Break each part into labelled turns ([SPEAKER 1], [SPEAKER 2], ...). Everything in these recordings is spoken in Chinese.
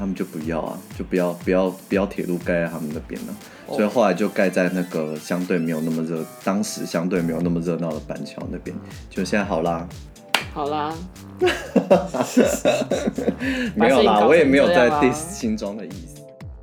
[SPEAKER 1] 们就不要啊，就不要铁路盖在他们那边了，所以后来就盖在那个相对没有那么热，当时相对没有那么热闹的板桥那边，就现在好啦。
[SPEAKER 2] 好啦，
[SPEAKER 1] 没有啦，我也没有在 diss 新庄的意思。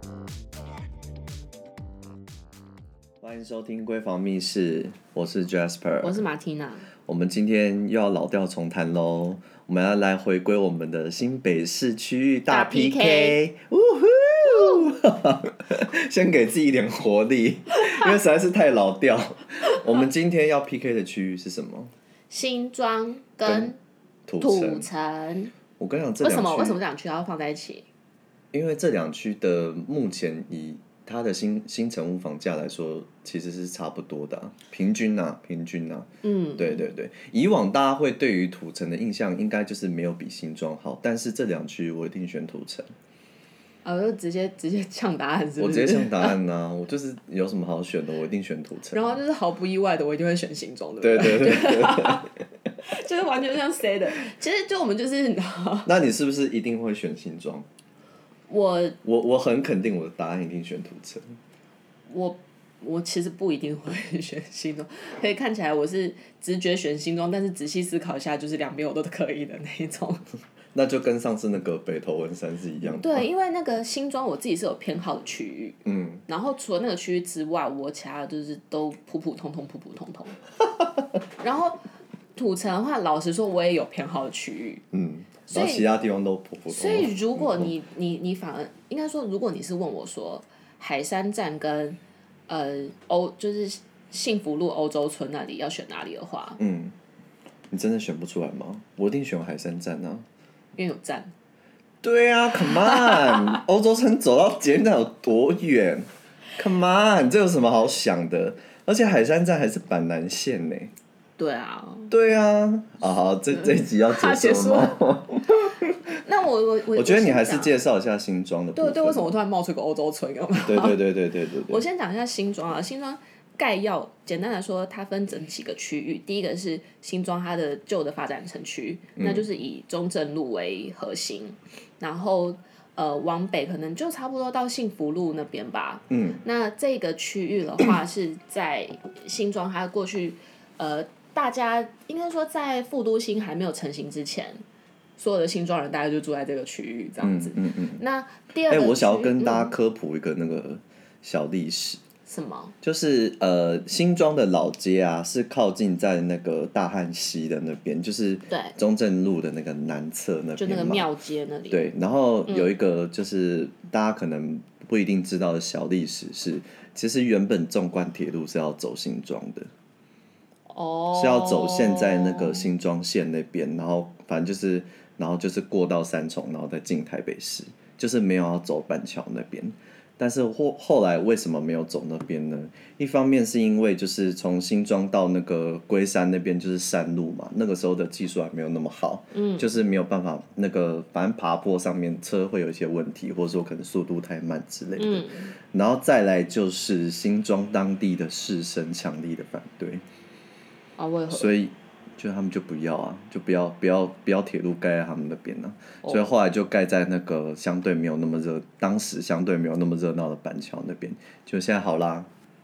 [SPEAKER 1] 欢迎收听闺房密室，我是 Jasper，
[SPEAKER 2] 我是马缇娜。
[SPEAKER 1] 我们今天又要老调重弹喽，我们要来回归我们的新北市区域大 PK， 呜呼！先给自己一点活力，因为实在是太老调。我们今天要 PK 的区域是什么？
[SPEAKER 2] 新庄跟土城。
[SPEAKER 1] 我跟你讲，
[SPEAKER 2] 为什么这两区要放在一起？
[SPEAKER 1] 因为这两区的目前以它的新成屋房价来说，其实是差不多的、平均啊。对对对，以往大家会对于土城的印象，应该就是没有比新庄好，但是这两区我一定选土城。
[SPEAKER 2] 就直接抢答案是不是？
[SPEAKER 1] 我直接抢答案啊！我就是有什么好选的，我一定选土城。
[SPEAKER 2] 然后就是毫不意外的，我一定会选新庄的。
[SPEAKER 1] 对对对对
[SPEAKER 2] 就是完全像 say 的。其实就我们就是
[SPEAKER 1] 那你是不是一定会选新庄？我很肯定我的答案一定选土城。
[SPEAKER 2] 我其实不一定会选新庄，可以看起来我是直觉选新庄，但是仔细思考一下，就是两边我都可以的那一种。
[SPEAKER 1] 那就跟上次那个北投文山是一样的。
[SPEAKER 2] 对，因为那个新庄我自己是有偏好的区域，然后除了那个区域之外，我其他的就是都普普通通。然后土城的话，老实说，我也有偏好的区域，
[SPEAKER 1] 然后其他地方都普普通通。
[SPEAKER 2] 所以如果你反而应该说，如果你是问我说海山站跟就是幸福路欧洲村那里要选哪里的话，
[SPEAKER 1] 你真的选不出来吗？我一定选海山站啊。
[SPEAKER 2] 因为有站。
[SPEAKER 1] 对啊 ，Come on， 欧洲村走到捷运站有多远 ？Come on， 这有什么好想的？而且海山站还是板南线呢。
[SPEAKER 2] 对啊。
[SPEAKER 1] 对啊，好，这一集要结束了吗？
[SPEAKER 2] 那我
[SPEAKER 1] 觉得你还是介绍一下新庄的部分。
[SPEAKER 2] 对，为什么我突然冒出个欧洲村？有没有？
[SPEAKER 1] 对。
[SPEAKER 2] 我先讲一下新庄啊，新庄概要简单来说，它分整几个区域。第一个是新庄它的旧的发展城区，那就是以中正路为核心，然后往北可能就差不多到幸福路那边吧。那这个区域的话是在新庄，它过去大家应该说在副都心还没有成型之前，所有的新庄人大概就住在这个区域这样子。那第二个区域，
[SPEAKER 1] 我想要跟大家科普一个那个小历史。
[SPEAKER 2] 什么？
[SPEAKER 1] 就是新庄的老街啊，是靠近在那个大汉溪的那边，就是中正路的那个南侧那边嘛，
[SPEAKER 2] 就那个庙街那里。
[SPEAKER 1] 对，然后有一个就是大家可能不一定知道的小历史是，其实原本纵贯铁路是要走新庄的，是要走现在那个新庄线那边，然后反正就是过到三重，然后再进台北市，就是没有要走板桥那边。但是后来为什么没有走那边呢？一方面是因为就是从新庄到那个龟山那边就是山路嘛，那个时候的技术还没有那么好，就是没有办法那个反正爬坡上面车会有一些问题，或者说可能速度太慢之类的。然后再来就是新庄当地的士绅强力的反对，所以就他们就不要啊，就不要铁路盖在他们那边了，所以后来就盖在那个相对没有那么热，当时相对没有那么热闹的板桥那边，就现在好啦。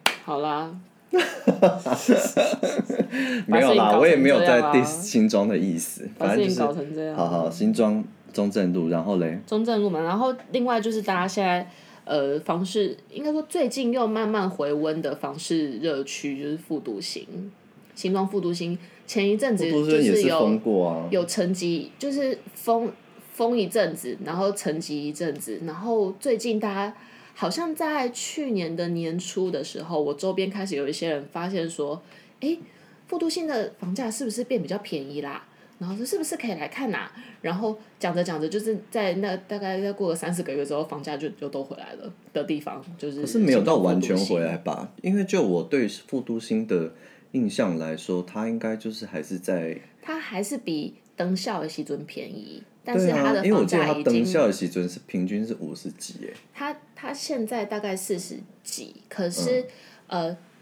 [SPEAKER 1] 没有啦，我也没有在 diss 新庄的意思，反正就是
[SPEAKER 2] 搞成这样。
[SPEAKER 1] 好，新庄中正路，然后嘞。
[SPEAKER 2] 中正路嘛，然后另外就是大家现在房市应该说最近又慢慢回温的房市热区就是副都心，新庄副都心。前一阵子就是有沉寂，就是封一阵子，然后沉寂一阵子，然后最近大家好像在去年的年初的时候，我周边开始有一些人发现说，副都心的房价是不是变比较便宜啦？然后说是不是可以来看啊？然后讲着，就是在那大概再过个3-4个月之后，房价就都回来了的地方，就是。
[SPEAKER 1] 可是没有到完全回来吧？因为就我对副都心的印象来说，它应该就是还是在。它
[SPEAKER 2] 还是比灯效的时阵便宜，但是它的房价已经。
[SPEAKER 1] 因为我记得它灯效的时阵是平均是50几耶。
[SPEAKER 2] 它现在大概40几，可是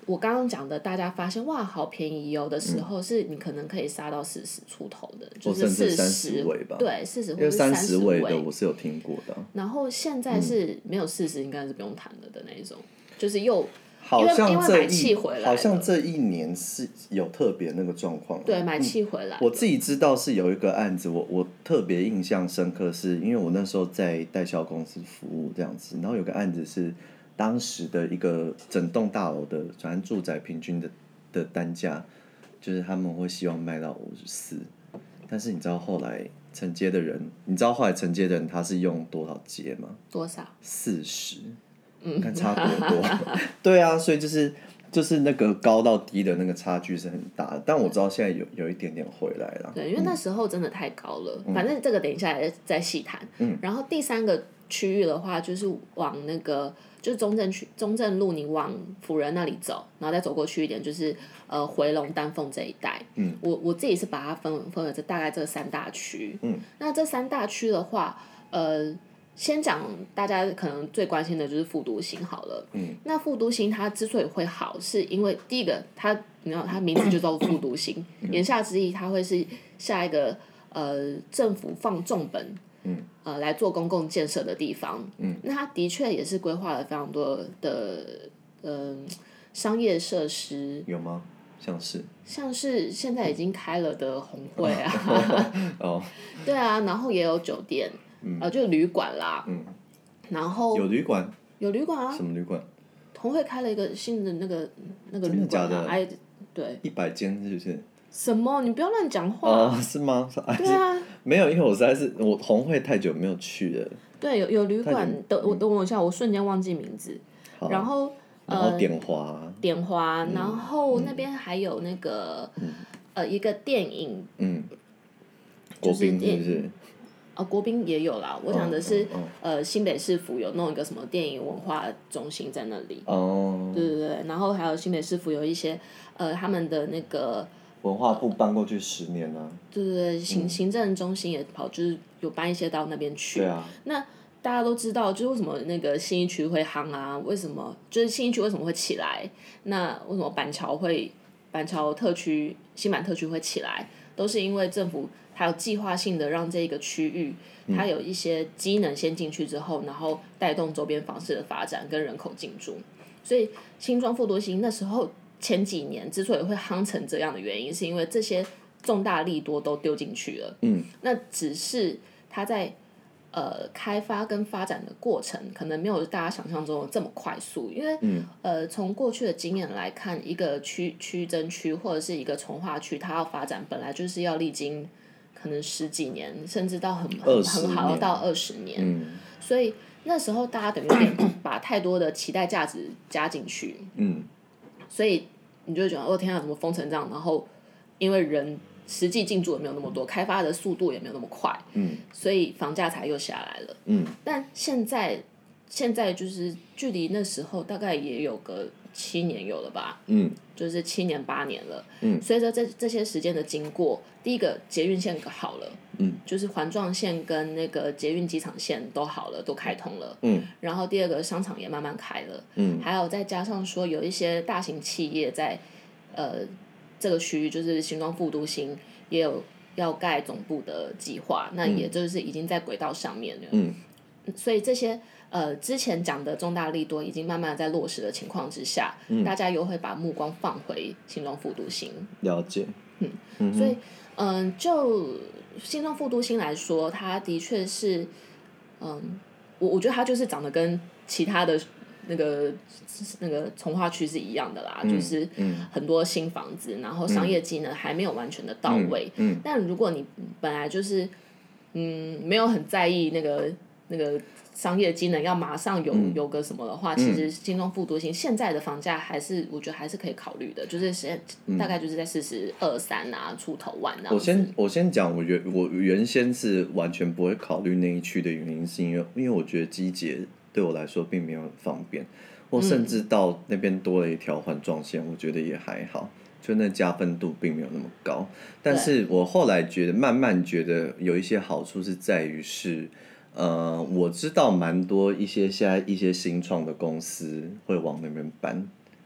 [SPEAKER 2] 我刚刚讲的，大家发现哇好便宜哦的时候，是你可能可以杀到40出头的，就是
[SPEAKER 1] 40尾吧，
[SPEAKER 2] 对40或
[SPEAKER 1] 者
[SPEAKER 2] 30
[SPEAKER 1] 尾的我是有听过的。
[SPEAKER 2] 然后现在是没有40，应该是不用谈了的那一种，就是又。
[SPEAKER 1] 好像
[SPEAKER 2] 好
[SPEAKER 1] 像这一年是有特别那个状况。
[SPEAKER 2] 对，买气回来。
[SPEAKER 1] 我自己知道是有一个案子，我特别印象深刻，是因为我那时候在代销公司服务这样子，然后有个案子是当时的一个整栋大楼的反正住宅平均的单价，就是他们会希望卖到54，但是你知道后来承接的人他是用多少接吗？
[SPEAKER 2] 多少
[SPEAKER 1] ？40。你看差多多，对啊，所以就是那个高到低的那个差距是很大的，但我知道现在有一点点回来了。
[SPEAKER 2] 对，因为那时候真的太高了，反正这个等一下再细谈。然后第3个区域的话，就是往那个就是中正路，你往辅仁那里走，然后再走过去一点，就是回龙丹凤这一带。我自己是把它分为大概这3大区。那这3大区的话，先讲大家可能最关心的就是副都心好了。那副都心它之所以会好，是因为第一个它名字就叫副都心，言下之意它会是下一个政府放重本来做公共建设的地方。那它的确也是规划了非常多的商业设施。
[SPEAKER 1] 有吗？
[SPEAKER 2] 像是现在已经开了的红会啊，对啊，然后也有酒店。就旅馆啦，然后
[SPEAKER 1] 有旅馆
[SPEAKER 2] 啊，
[SPEAKER 1] 什么旅馆？
[SPEAKER 2] 同会开了一个新的那个旅馆啊，对
[SPEAKER 1] ，100间是不是？
[SPEAKER 2] 什么？你不要乱讲话。
[SPEAKER 1] 是吗？
[SPEAKER 2] 对啊，
[SPEAKER 1] 没有，因为我实在是红会太久没有去了。
[SPEAKER 2] 对，有旅馆，等我一下，我瞬间忘记名字。然后点华，然后那边还有那个一个电影，
[SPEAKER 1] 国宾是不是？
[SPEAKER 2] 国宾也有啦，我讲的是新北市府有弄一个什么电影文化中心在那里。对，然后还有新北市府有一些他们的那个
[SPEAKER 1] 文化部搬过去10年了。
[SPEAKER 2] 对，行政中心也就是有搬一些到那边去。
[SPEAKER 1] 对啊。
[SPEAKER 2] 那大家都知道，就是为什么那个信义区会夯啊？为什么就是信义区为什么会起来？那为什么板桥特区、新板特区会起来？都是因为政府还有计划性的让这个区域，它有一些机能先进去之后，然后带动周边房市的发展跟人口进驻。所以新庄副都心那时候前几年之所以会夯成这样的原因，是因为这些重大利多都丢进去了。那只是它在开发跟发展的过程，可能没有大家想象中的这么快速，因为从过去的经验来看，一个区增区或者是一个从化区，它要发展本来就是要历经可能10几年，甚至到很好到20年。所以那时候大家等于有点把太多的期待价值加进去。所以你就会觉得天啊，怎么封成这样？然后因为人实际进驻也没有那么多，开发的速度也没有那么快，所以房价才又下来了。但现在就是距离那时候大概也有个7年有了吧，就是7年8年了。随着这些时间的经过，第一个捷运线好了，就是环状线跟那个捷运机场线都好了，都开通了。然后第二个商场也慢慢开了，还有再加上说有一些大型企业在这个区域，就是新庄副都心也有要盖总部的计划，那也就是已经在轨道上面了。所以这些之前讲的重大利多已经慢慢在落实的情况之下，大家又会把目光放回新庄副都心。
[SPEAKER 1] 了解。
[SPEAKER 2] 所以就新庄副都心来说，它的确是我觉得它就是长得跟其他的那个从化区是一样的啦，就是很多新房子，然后商业机能还没有完全的到位。但如果你本来就是没有很在意那个商业机能要马上有个什么的话，其实新庄副都心现在的房价我觉得还是可以考虑的，就是大概就是在42、3啊出头万那样子。
[SPEAKER 1] 我先讲，我原先是完全不会考虑那一区的原因，是因为我觉得机捷对我来说并没有很方便，或甚至到那边多了一条环状线，我觉得也还好，就那加分度并没有那么高。但是我后来慢慢觉得有一些好处是在于是。我知道蛮多现在一些新创的公司会往那边搬，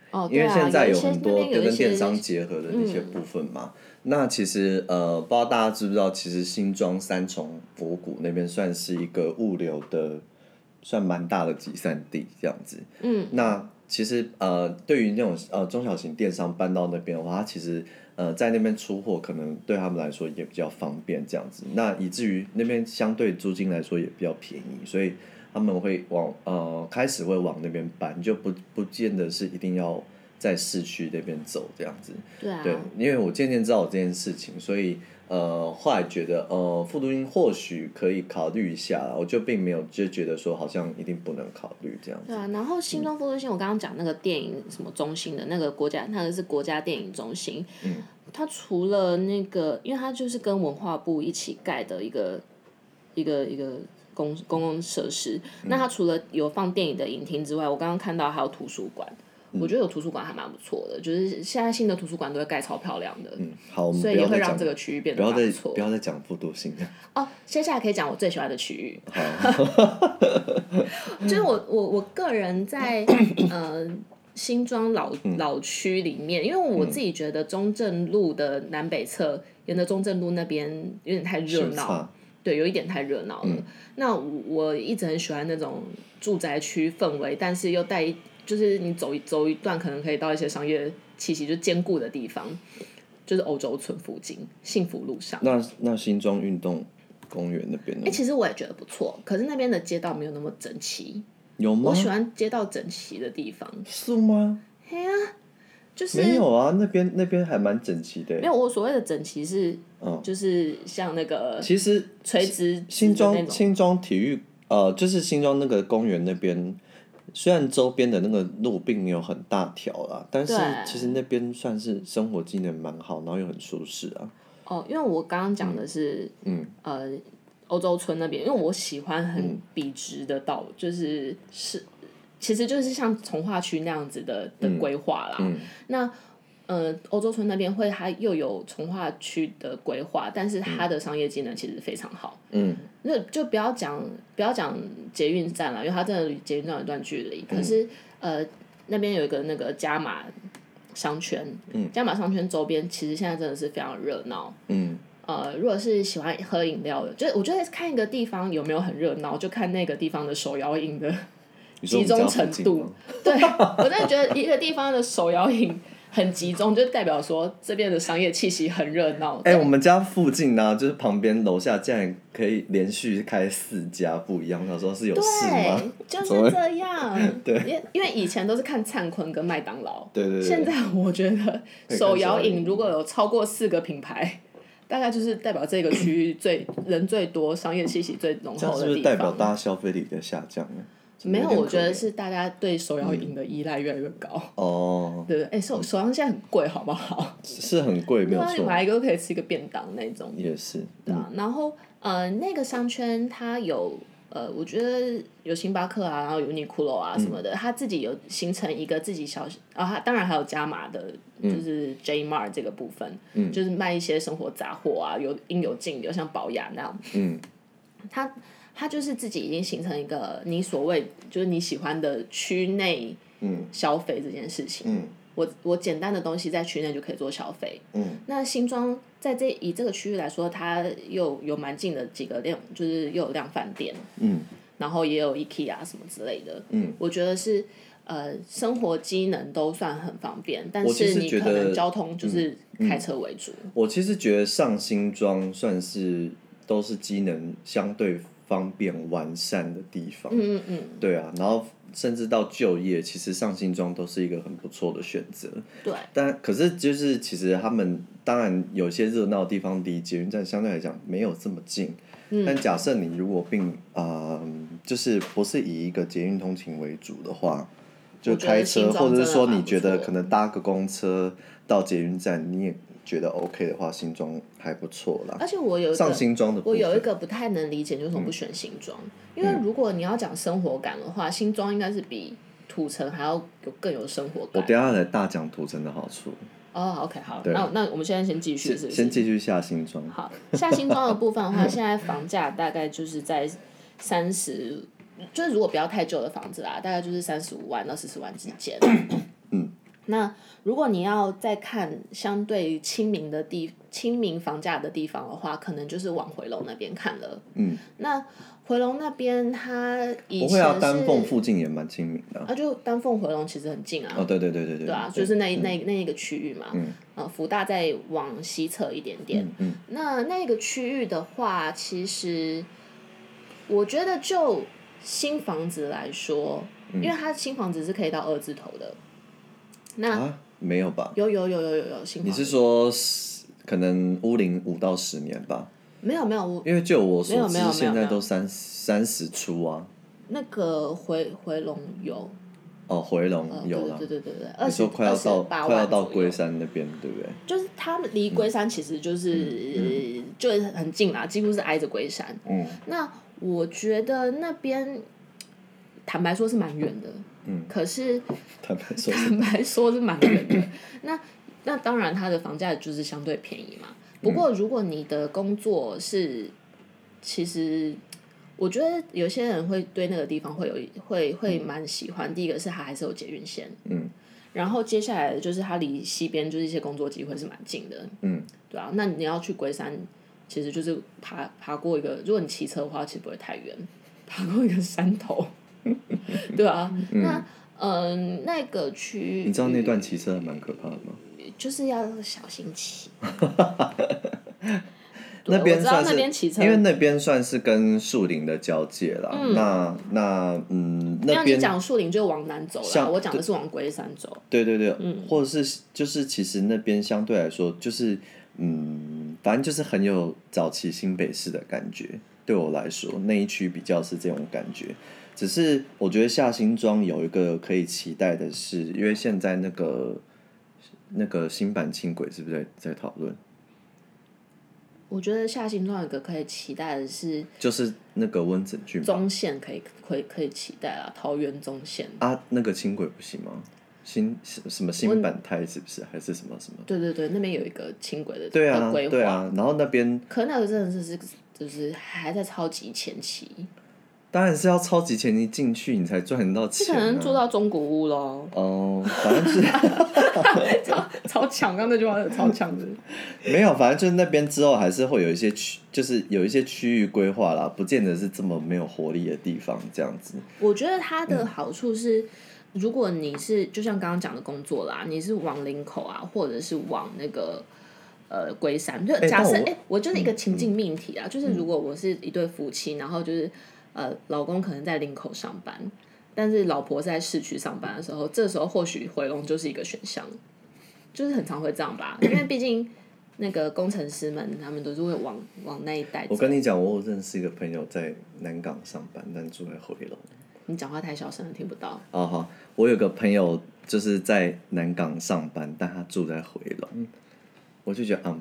[SPEAKER 1] 因为现在有很多
[SPEAKER 2] 有
[SPEAKER 1] 跟电商结合的那些部分嘛。那其实不知道大家知不知道，其实新庄三重佛谷那边算是一个物流的算蛮大的集散地这样子。那其实对于那种中小型电商搬到那边的话，它其实在那边出货可能对他们来说也比较方便这样子。那以至于那边相对租金来说也比较便宜，所以他们会开始会往那边搬，就不见得是一定要在市区那边走这样子。
[SPEAKER 2] 对啊。
[SPEAKER 1] 对，因为我渐渐知道这件事情，所以后来觉得副都心或许可以考虑一下，我就并没有就觉得说好像一定不能考虑这样子。
[SPEAKER 2] 对啊，然后新庄副都心，我刚刚讲那个电影什么中心的那个那个是国家电影中心。它除了那个，因为它就是跟文化部一起盖的一个公共设施。那它除了有放电影的影厅之外，我刚刚看到还有图书馆。我觉得有图书馆还蛮不错的，就是现在新的图书馆都会盖超漂亮的。
[SPEAKER 1] 好，我们
[SPEAKER 2] 所以也会让这个区域变得蛮不错。
[SPEAKER 1] 不要再讲副都心
[SPEAKER 2] 了。接下来可以讲我最喜欢的区域。就是我个人在新庄老区里面，因为我自己觉得中正路的南北侧，沿着中正路那边有点太热闹。对，有一点太热闹了。那我一直很喜欢那种住宅区氛围，但是又带就是你走一段，可能可以到一些商业气息就兼顾的地方，就是欧洲村附近幸福路上。
[SPEAKER 1] 那新庄运动公园那边呢？
[SPEAKER 2] 其实我也觉得不错，可是那边的街道没有那么整齐。
[SPEAKER 1] 有吗？
[SPEAKER 2] 我喜欢街道整齐的地方。
[SPEAKER 1] 是吗？
[SPEAKER 2] 嘿啊，就是
[SPEAKER 1] 没有啊，那边还蛮整齐的。
[SPEAKER 2] 没有，我所谓的整齐是，就是像那个
[SPEAKER 1] 其实
[SPEAKER 2] 垂直
[SPEAKER 1] 新庄体育就是新庄那个公园那边。虽然周边的那个路并没有很大条啦，但是其实那边算是生活机能蛮好，然后又很舒适啊。
[SPEAKER 2] 因为我刚刚讲的是，欧洲村那边，因为我喜欢很笔直的道路，其实就是像从化区那样子的规划啦。那欧洲村那边它又有从化区的规划，但是它的商业机能其实非常好。那就不要讲捷运站了，因为它真的离捷运站有一段距离。可是那边有一个那个加码商圈，加码商圈周边其实现在真的是非常热闹。如果是喜欢喝饮料的，我觉得看一个地方有没有很热闹，就看那个地方的手摇饮的集中程度。对，我真的觉得一个地方的手摇饮很集中，就代表说这边的商业气息很热闹。
[SPEAKER 1] 我们家附近呢，就是旁边楼下竟然可以连续开4家不一样，那时候是有事吗？
[SPEAKER 2] 对，就是这样。
[SPEAKER 1] 对，
[SPEAKER 2] 因为以前都是看灿坤跟麦当劳。
[SPEAKER 1] 对。
[SPEAKER 2] 现在我觉得手摇饮如果有超过4个品牌，大概就是代表这个区域人最多、商业气息最浓厚的地方。
[SPEAKER 1] 这是不是代表大家消费力的下降呢？
[SPEAKER 2] 没有，我觉得是大家对手摇饮的依赖越来越高。对不对？手摇现在很贵，好不好？
[SPEAKER 1] 是很贵，没有错。
[SPEAKER 2] 你买一个都可以吃一个便当那种。
[SPEAKER 1] 也是。
[SPEAKER 2] 对啊，然后那个商圈它有我觉得有星巴克啊，然后有 Uniqlo 啊什么的，它自己有形成一个自己它当然还有加码的，就是 J Mart 这个部分，就是卖一些生活杂货啊，有应有尽有，像宝雅那样。它就是自己已经形成一个你所谓就是你喜欢的区内消费这件事情。我简单的东西在区内就可以做消费。那新庄以这个区域来说，它又有蛮近的几个就是又有量贩店。然后也有 IKEA 什么之类的。我觉得是生活机能都算很方便，但是你可能交通就是开车为主。
[SPEAKER 1] 我其实觉得上新庄算是都是机能相对方便完善的地方。对啊，然后甚至到就业，其实上新庄都是一个很不错的选择。
[SPEAKER 2] 对。
[SPEAKER 1] 可是就是其实他们当然有些热闹的地方离捷运站相对来讲没有这么近。但假设你如果就是不是以一个捷运通勤为主的话，就开车，或者是说你觉得可能搭个公车到捷运站，你也觉得 OK 的话，新庄还不错啦。
[SPEAKER 2] 而且我有
[SPEAKER 1] 上新庄的部分，
[SPEAKER 2] 我有一个不太能理解，就是为什么不选新庄？因为如果你要讲生活感的话，新庄应该是比土城还要更有生活感。
[SPEAKER 1] 我等一下来大讲土城的好处。
[SPEAKER 2] OK 好，那我们现在先继续，是不是？
[SPEAKER 1] 先继续下新庄。
[SPEAKER 2] 好，下新庄的部分的话，现在房价大概就是在30，就是如果不要太旧的房子啦，大概就是35万到40万之间。 那如果你要再看相对亲民房价的地方的话，可能就是往回龙那边看了。那回龙那边它以前是不会
[SPEAKER 1] 啊，丹凤附近也蛮亲民的。
[SPEAKER 2] 就丹凤回龙其实很近啊。
[SPEAKER 1] 对。
[SPEAKER 2] 对啊，就是那一个区域嘛。福大再往西侧一点点。那个区域的话，其实我觉得就新房子来说，因为它新房子是可以到2字头的。那
[SPEAKER 1] 没有吧？
[SPEAKER 2] 有新房子。
[SPEAKER 1] 你是说可能屋龄5到10年吧？
[SPEAKER 2] 没有，
[SPEAKER 1] 因为就我所知，现在都30出啊。
[SPEAKER 2] 那个回龙有。
[SPEAKER 1] 回龙有啦。
[SPEAKER 2] 对。
[SPEAKER 1] 你说快要到龟山那边，对不对？
[SPEAKER 2] 就是他们离龟山其实就是就很近啦，几乎是挨着龟山。那我觉得那边坦白说是蛮远的。可是坦白说是蛮远的。那当然，它的房价就是相对便宜嘛。不过，如果你的工作是，其实我觉得有些人会对那个地方会蛮喜欢。第一个是它还是有捷运线，然后接下来的就是它离西边就是一些工作机会是蛮近的，对啊。那你要去龟山，其实就是爬过一个，如果你骑车的话，其实不会太远，爬过一个山头，对啊。那个区域，
[SPEAKER 1] 你知道那段骑车还蛮可怕的吗？
[SPEAKER 2] 就是要小心骑。
[SPEAKER 1] 那边算是，
[SPEAKER 2] 因
[SPEAKER 1] 为那边算是跟树林的交界啦。那边
[SPEAKER 2] 你讲树林就往南走了，我讲的是往龟山走。
[SPEAKER 1] 对。或者是就是其实那边相对来说就是反正就是很有早期新北市的感觉。对我来说，那一区比较是这种感觉。只是我觉得下新庄有一个可以期待的是，因为现在那个新版轻轨是不是在讨论？
[SPEAKER 2] 我觉得下新庄有一个可以期待的是，
[SPEAKER 1] 就是那个温子俊
[SPEAKER 2] 中线可以期待啦，桃园中线
[SPEAKER 1] 啊，那个轻轨不行吗？什么新版胎是不是还是什么？
[SPEAKER 2] 对，那边有一个轻轨的规划。
[SPEAKER 1] 对啊，然后那边
[SPEAKER 2] 可那个真的是就是还在超级前期。
[SPEAKER 1] 当然是要超级前期进去，你才赚得到钱。
[SPEAKER 2] 可能做到中古屋咯。
[SPEAKER 1] 反正是
[SPEAKER 2] 超强，刚那句话超强的。
[SPEAKER 1] 没有，反正就是那边之后还是会有一些就是有一些区域规划啦，不见得是这么没有活力的地方，这样子。
[SPEAKER 2] 我觉得它的好处是，如果你是就像刚刚讲的工作啦，你是往林口啊，或者是往那个龟山，就假设我就是一个情境命题啊，就是如果我是一对夫妻，然后就是老公可能在林口上班，但是老婆是在市区上班的时候，这时候或许回龙就是一个选项，就是很常会这样吧，因为毕竟那个工程师们他们都是会往那一带走。
[SPEAKER 1] 我跟你讲，我有认识一个朋友在南港上班，但住在回龙。
[SPEAKER 2] 你讲话太小声了，听不到。
[SPEAKER 1] 好，我有个朋友就是在南港上班，但他住在回龙，我就觉得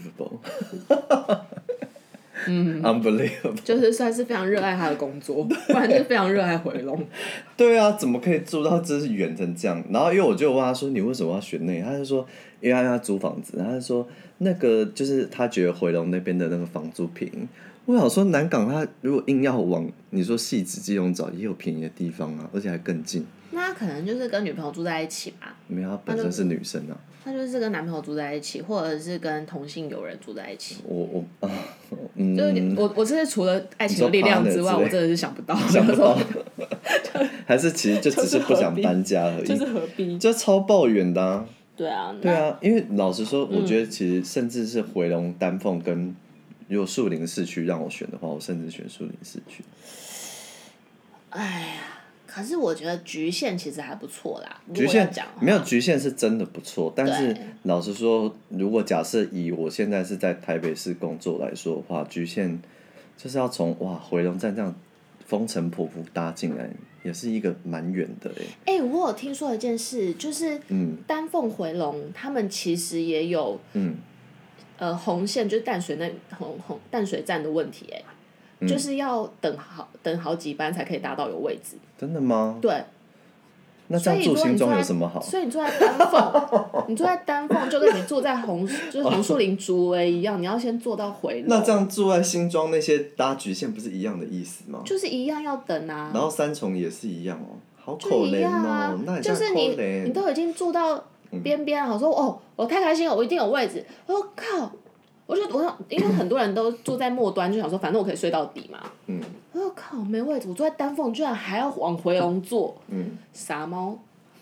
[SPEAKER 1] unbelievable。unbelievable，
[SPEAKER 2] 就是算是非常热爱他的工作，不然就是非常热爱回龙。
[SPEAKER 1] 对啊，怎么可以住到真是远成这样？然后因为我就问他说：“你为什么要选那个？”他就说：“因为他租房子。”他就说：“那个就是他觉得回龙那边的那个房租便宜。”我想说，南港他如果硬要往你说汐止、基隆找，也有便宜的地方啊，而且还更近。
[SPEAKER 2] 那他可能就是跟女朋友住在一起吧？
[SPEAKER 1] 没有，他本身是女生啊。
[SPEAKER 2] 他就是跟男朋友住在一起，或者是跟同性友人住在一起。就是我真的除了爱情的力量之外，我真的是想不到。
[SPEAKER 1] 想不到，还是其实就只是不想搬家而已。
[SPEAKER 2] 就是何必？
[SPEAKER 1] 就超抱怨的啊。
[SPEAKER 2] 对啊。
[SPEAKER 1] 对啊，因为老实说，我觉得其实甚至是回龙、丹凤跟如果树林市区让我选的话，我甚至选树林市区。
[SPEAKER 2] 哎呀。可是我觉得局限其实还不错啦。
[SPEAKER 1] 局限没有局限是真的不错，但是老实说，如果假设以我现在是在台北市工作来说的话，局限就是要从回龙站这样风尘仆仆搭进来，也是一个蛮远的
[SPEAKER 2] 我有听说一件事，就是丹凤回龙他们其实也有红线，就是淡水淡水站的问题就是要等好几班才可以达到有位置。
[SPEAKER 1] 真的吗？
[SPEAKER 2] 对。
[SPEAKER 1] 那这样住新庄有什么好？
[SPEAKER 2] 所以你住在丹凤，就跟你住在红树林竹围一样，你要先坐到回龙。
[SPEAKER 1] 那这样住在新庄那些搭局线不是一样的意思吗？
[SPEAKER 2] 就是一样要等啊。
[SPEAKER 1] 然后三重也是一样好可怜
[SPEAKER 2] 那
[SPEAKER 1] 那也
[SPEAKER 2] 就是你都已经住到边边，我说哦，我太开心了，我一定有位置。我说靠，我因为很多人都坐在末端，就想说反正我可以睡到底嘛。我说靠，没位置，我坐在丹凤居然还要往回龙坐，傻猫。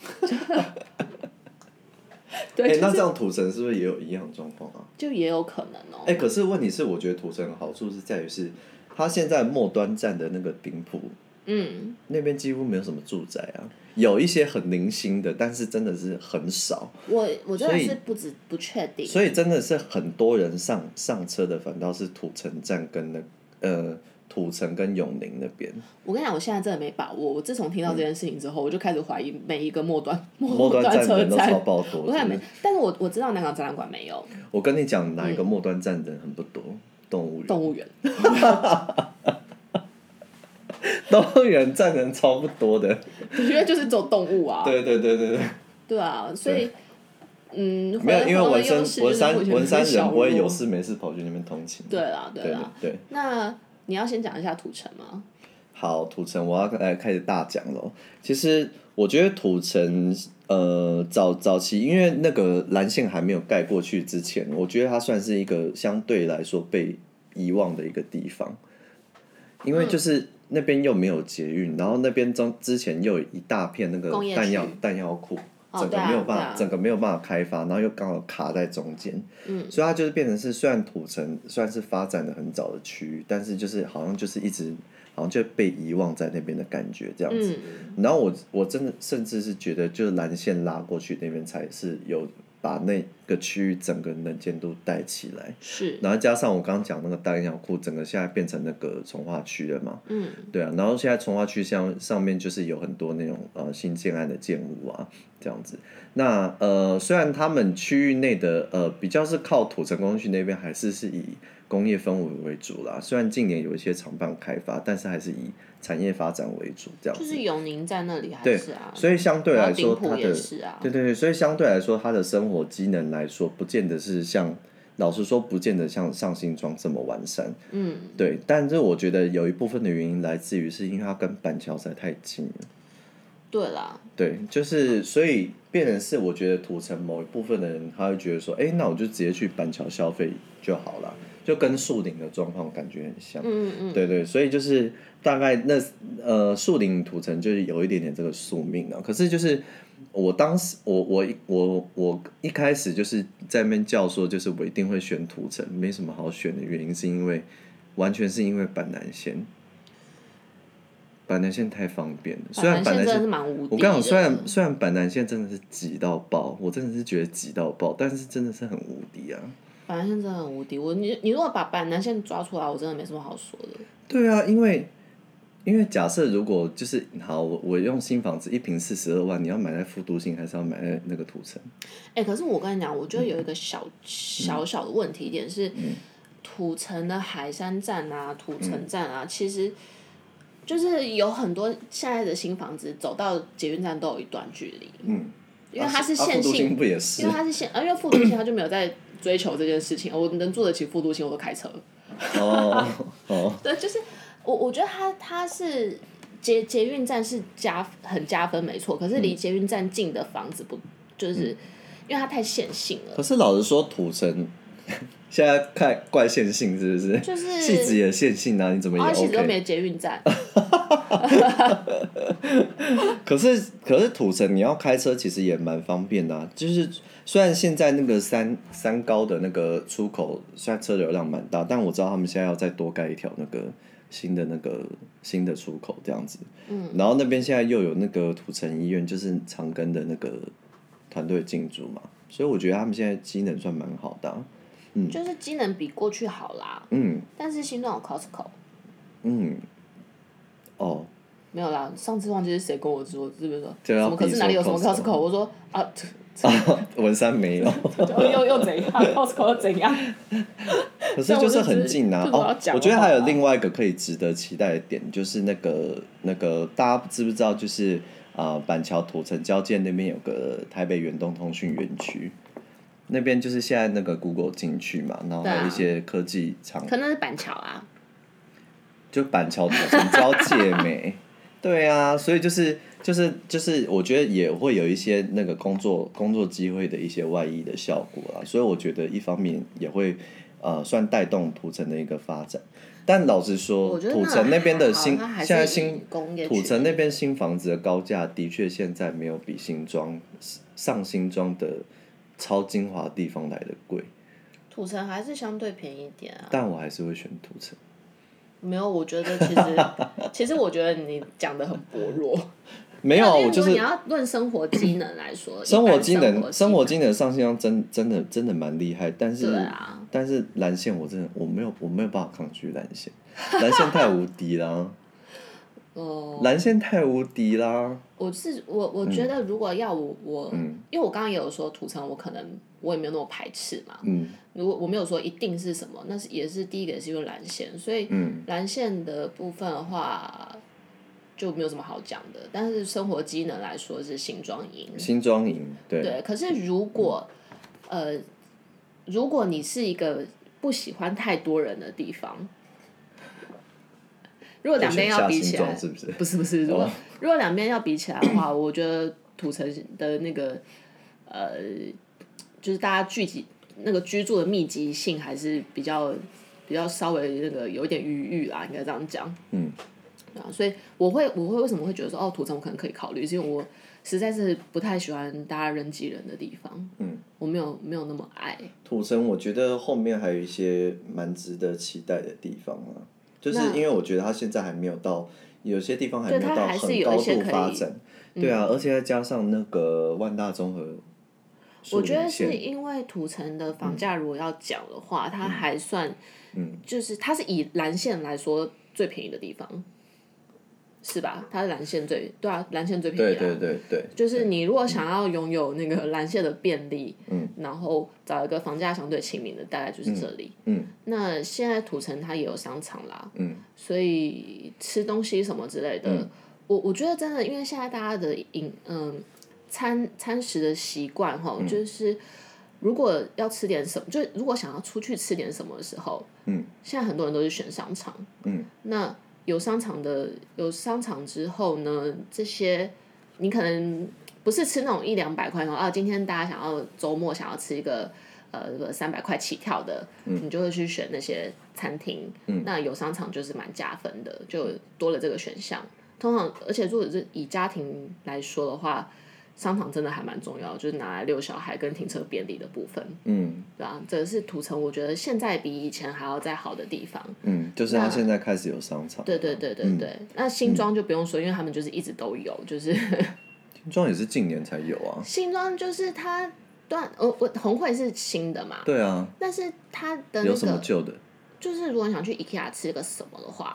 [SPEAKER 2] 对，
[SPEAKER 1] 那这样土城是不是也有一样的状况啊？
[SPEAKER 2] 就也有可能哦。
[SPEAKER 1] 可是问题是，我觉得土城的好处是在于是，它现在末端站的那个顶埔，那边几乎没有什么住宅啊，有一些很零星的，但是真的是很少。
[SPEAKER 2] 我真的是不确定。
[SPEAKER 1] 所以真的是很多人上车的，反倒是土城站跟土城跟永宁那边。
[SPEAKER 2] 我跟你讲，我现在真的没把握。我自从听到这件事情之后，我就开始怀疑每一个末端车
[SPEAKER 1] 站都超爆多。
[SPEAKER 2] 我没，但是我知道南港展览馆没有。
[SPEAKER 1] 我跟你讲，哪一个末端站人很不多？动物园。
[SPEAKER 2] 动物园。
[SPEAKER 1] 动物园站人超不多的。
[SPEAKER 2] 因为就是走动物啊。
[SPEAKER 1] 对。
[SPEAKER 2] 对啊，所以
[SPEAKER 1] 没有，因为文山人不会有事没事跑去那边通勤。
[SPEAKER 2] 对啦。
[SPEAKER 1] 对。
[SPEAKER 2] 那你要先讲一下土城吗？
[SPEAKER 1] 好，土城我要来开始大讲了。其实我觉得土城早期，因为那个蓝线还没有盖过去之前，我觉得它算是一个相对来说被遗忘的一个地方，因为就是那边又没有捷运，然后那边之前又有一大片那个弹药库。整个没有办法开发，然后又刚好卡在中间，所以它就是变成是虽然土城算是发展的很早的区域，但是就是好像就是一直好像就被遗忘在那边的感觉这样子。然后我真的甚至是觉得，就是蓝线拉过去那边才是有把那个区域整个能见度带起来。
[SPEAKER 2] 是。
[SPEAKER 1] 然后加上我刚刚讲那个弹药库，整个现在变成那个从化区了嘛。对啊，然后现在从化区上面就是有很多那种新建案的建物啊。这样子，那虽然他们区域内的比较是靠土城工区那边还是以工业氛围为主啦，虽然近年有一些厂办开发，但是还是以产业发展为主，这样子。
[SPEAKER 2] 就是永宁在那里还是啊。
[SPEAKER 1] 所以相对来说，它的
[SPEAKER 2] 对，
[SPEAKER 1] 所以相对来说，它的生活机能来说，不见得是像老实说，不见得像上新庄这么完善。对，但是我觉得有一部分的原因来自于是因为它跟板桥实在太近了。
[SPEAKER 2] 对啦。
[SPEAKER 1] 对，就是所以变成是，我觉得土城某一部分的人，他会觉得说，那我就直接去板桥消费就好了，就跟树林的状况感觉很像。对，所以就是大概树林土城就是有一点点这个宿命啊。可是就是我当时我一开始就是在那边叫说，就是我一定会选土城，没什么好选的原因是因为完全是因为板南线。板南线太方便了，虽然板南线我跟你讲，虽然板南线真的是挤到爆，我真的是觉得挤到爆，但是真的是很无敌啊！
[SPEAKER 2] 板南线真的很无敌，你如果把板南线抓出来，我真的没什么好说的。
[SPEAKER 1] 对啊，因为假设如果就是好，我用新房子一坪42万，你要买在复都新还是要买在那个土城？
[SPEAKER 2] 可是我跟你讲，我觉得有一个小的问题点是，土城的海山站啊、土城站啊，其实。就是有很多现在的新房子走到捷运站都有一段距离，因为它是线性，因为它是因为复都新它就没有在追求这件事情，我能住得起复都新我都开车。对，就是我觉得它是捷运站是很加分没错，可是离捷运站近的房子不就是因为它太线性了。
[SPEAKER 1] 可是老实说，土城。现在看怪线性是不是？
[SPEAKER 2] 就是
[SPEAKER 1] 汐止也线性啊，你怎么也 OK？
[SPEAKER 2] 汐止都没捷运站。
[SPEAKER 1] 可是土城你要开车其实也蛮方便的啊，就是虽然现在那个三高的那个出口现在车流量蛮大，但我知道他们现在要再多盖一条那个新的出口这样子。然后那边现在又有那个土城医院，就是长庚的那个团队进驻嘛，所以我觉得他们现在机能算蛮好的啊。
[SPEAKER 2] 就是机能比过去好啦。但是新庄有 Costco。没有啦，上次忘记是谁跟我说，是不是说什么？可是哪里有什么 Costco？ 我说啊，
[SPEAKER 1] 文山没有。
[SPEAKER 2] 又怎样 ？Costco 又怎样？
[SPEAKER 1] 可是就是很近啊。我觉得还有另外一个可以值得期待的点，就是那个大家知不知道？就是板桥土城交界那边有个台北远东通讯园区。那边就是现在那个 Google 进去嘛，然后还有一些科技厂。
[SPEAKER 2] 可能是板桥啊。
[SPEAKER 1] 就板桥土城交界没？ 对啊，所以就是，我觉得也会有一些那个工作机会的一些外溢的效果啦，所以我觉得一方面也会算带动土城的一个发展。但老实说，土城那边的现在土城那边新房子的高价的确现在没有比新庄的超精华地方来的贵。
[SPEAKER 2] 土城还是相对便宜一点啊。
[SPEAKER 1] 但我还是会选土城。
[SPEAKER 2] 没有，我觉得其实我觉得你讲的很薄弱。
[SPEAKER 1] 没有，我就是
[SPEAKER 2] 你要论生活机能来说，
[SPEAKER 1] 生活机能上新庄真的蛮厉害，但是蓝线我没有办法抗拒蓝线，蓝线太无敌啦。蓝线太无敌啦。
[SPEAKER 2] 我觉得如果要我，因为我刚刚也有说土城，我也没有那么排斥嘛。如果我没有说一定是什么，也是第一个也是因为蓝线，所以蓝线的部分的话就没有什么好讲的。但是生活机能来说是新庄赢。
[SPEAKER 1] 新庄赢，对。
[SPEAKER 2] 对，可是如果你是一个不喜欢太多人的地方。如果两边要比起来，不是，如果两边要比起来的话，我觉得土城的那个就是大家那个居住的密集性还是比较稍微那个有一点余裕啦，应该这样讲。所以我为什么会觉得说土城我可能可以考虑，是因为我实在是不太喜欢大家人挤人的地方。我没有那么爱
[SPEAKER 1] 土城，我觉得后面还有一些蛮值得期待的地方啊。就是因为我觉得它现在还没有到，有些地方还没有到很高度发展，对啊，而且再加上那个万大综合，
[SPEAKER 2] 我觉得是因为土城的房价如果要讲的话，它还算，就是它是以蓝线来说最便宜的地方，是吧？它是蓝线蓝线最便宜啊。
[SPEAKER 1] 对。
[SPEAKER 2] 就是你如果想要拥有那个蓝线的便利，然后找一个房价相对亲民的，大概就是这里。那现在土城它也有商场啦，所以吃东西什么之类的，我觉得真的，因为现在大家的餐食的习惯就是如果要吃点什么，就如果想要出去吃点什么的时候，现在很多人都是选商场。那有商场之后呢，这些你可能不是吃那种100-200块今天大家想要周末想要吃一个300块起跳的，你就会去选那些餐厅。那有商场就是蛮加分的，就多了这个选项。通常，而且如果是以家庭来说的话，商场真的还蛮重要，就是拿来遛小孩跟停车便利的部分。对啊，这个是土城，我觉得现在比以前还要再好的地方。
[SPEAKER 1] 就是他现在开始有商场。
[SPEAKER 2] 对。那新庄就不用说，因为他们就是一直都有，就是
[SPEAKER 1] 新庄也是近年才有啊。
[SPEAKER 2] 新庄就是它红会是新的嘛？
[SPEAKER 1] 对啊。
[SPEAKER 2] 但是它的
[SPEAKER 1] 有什么旧的？
[SPEAKER 2] 就是如果你想去 IKEA 吃个什么的话。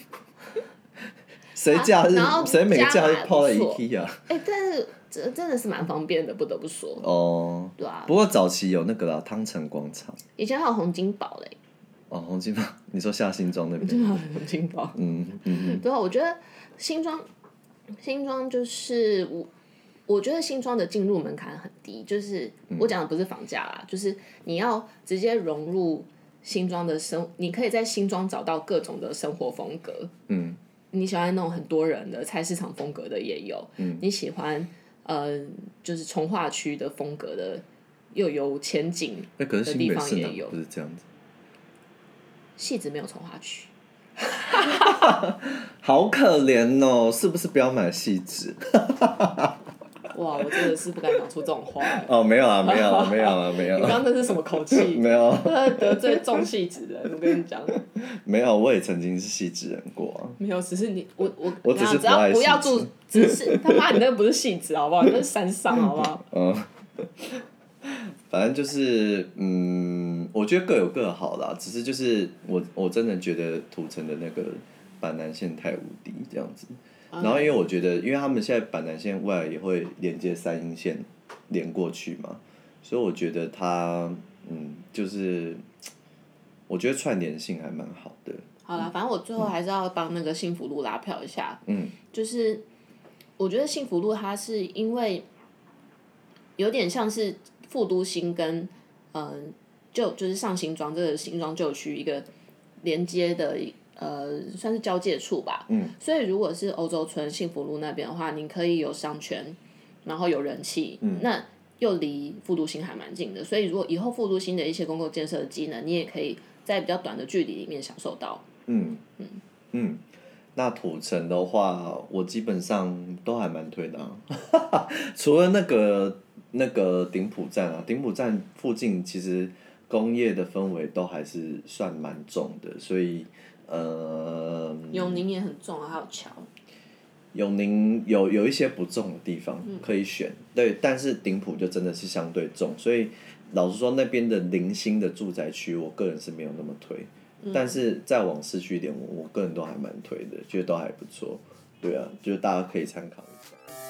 [SPEAKER 1] 谁每个假日泡在 IKEA？
[SPEAKER 2] 但是这真的是蛮方便的，不得不说。对啊。
[SPEAKER 1] 不过早期有那个啦，汤臣广场。
[SPEAKER 2] 以前还有洪金宝嘞。
[SPEAKER 1] 洪金宝，你说下新庄那边？
[SPEAKER 2] 对啊，洪金宝。对啊，我觉得新庄就是我觉得新庄的进入门槛很低，就是我讲的不是房价啦，就是你要直接融入新庄的你可以在新庄找到各种的生活风格。你喜欢那种很多人的菜市场风格的也有，你喜欢就是重划区的风格的，又有前景的地方也有。
[SPEAKER 1] 不是这样子。
[SPEAKER 2] 汐止没有重划区。
[SPEAKER 1] 好可怜哦，是不是不要买汐止？
[SPEAKER 2] 哇，我真的是不敢讲出这种话。
[SPEAKER 1] 没有啊。
[SPEAKER 2] 你刚刚那是什么口气？
[SPEAKER 1] 没有。
[SPEAKER 2] 得罪重汐止人，我跟你讲。
[SPEAKER 1] 没有，我也曾经是汐止人过啊。
[SPEAKER 2] 没有，只是我
[SPEAKER 1] 只是
[SPEAKER 2] 只要不要住，只是他妈你那个不是汐止好不好？你那是山上好不好？
[SPEAKER 1] 反正就是，我觉得各有各好啦。只是就是我真的觉得土城的那个板南线太无敌这样子。然后因为我觉得，因为他们现在板南线未来也会连接三鶯线连过去嘛，所以我觉得它，就是我觉得串联性还蛮好的。
[SPEAKER 2] 好啦，反正我最后还是要帮那个幸福路拉票一下。就是我觉得幸福路它是因为有点像是副都心跟就是上新庄这个新庄旧区一个连接的算是交界处吧。所以如果是欧洲村幸福路那边的话，你可以有商圈，然后有人气，那又离副都心还蛮近的。所以如果以后副都心的一些公共建设的机能，你也可以在比较短的距离里面享受到。
[SPEAKER 1] 那土城的话，我基本上都还蛮推的除了那个顶埔站啊，顶埔站附近其实工业的氛围都还是算蛮重的，所以
[SPEAKER 2] 永宁也很重啊，还有桥。
[SPEAKER 1] 永宁有一些不重的地方可以选，对，但是顶埔就真的是相对重，所以老实说那边的零星的住宅区，我个人是没有那么推。但是再往市区一点，我个人都还蛮推的，觉得都还不错。对啊，就是大家可以参考一下。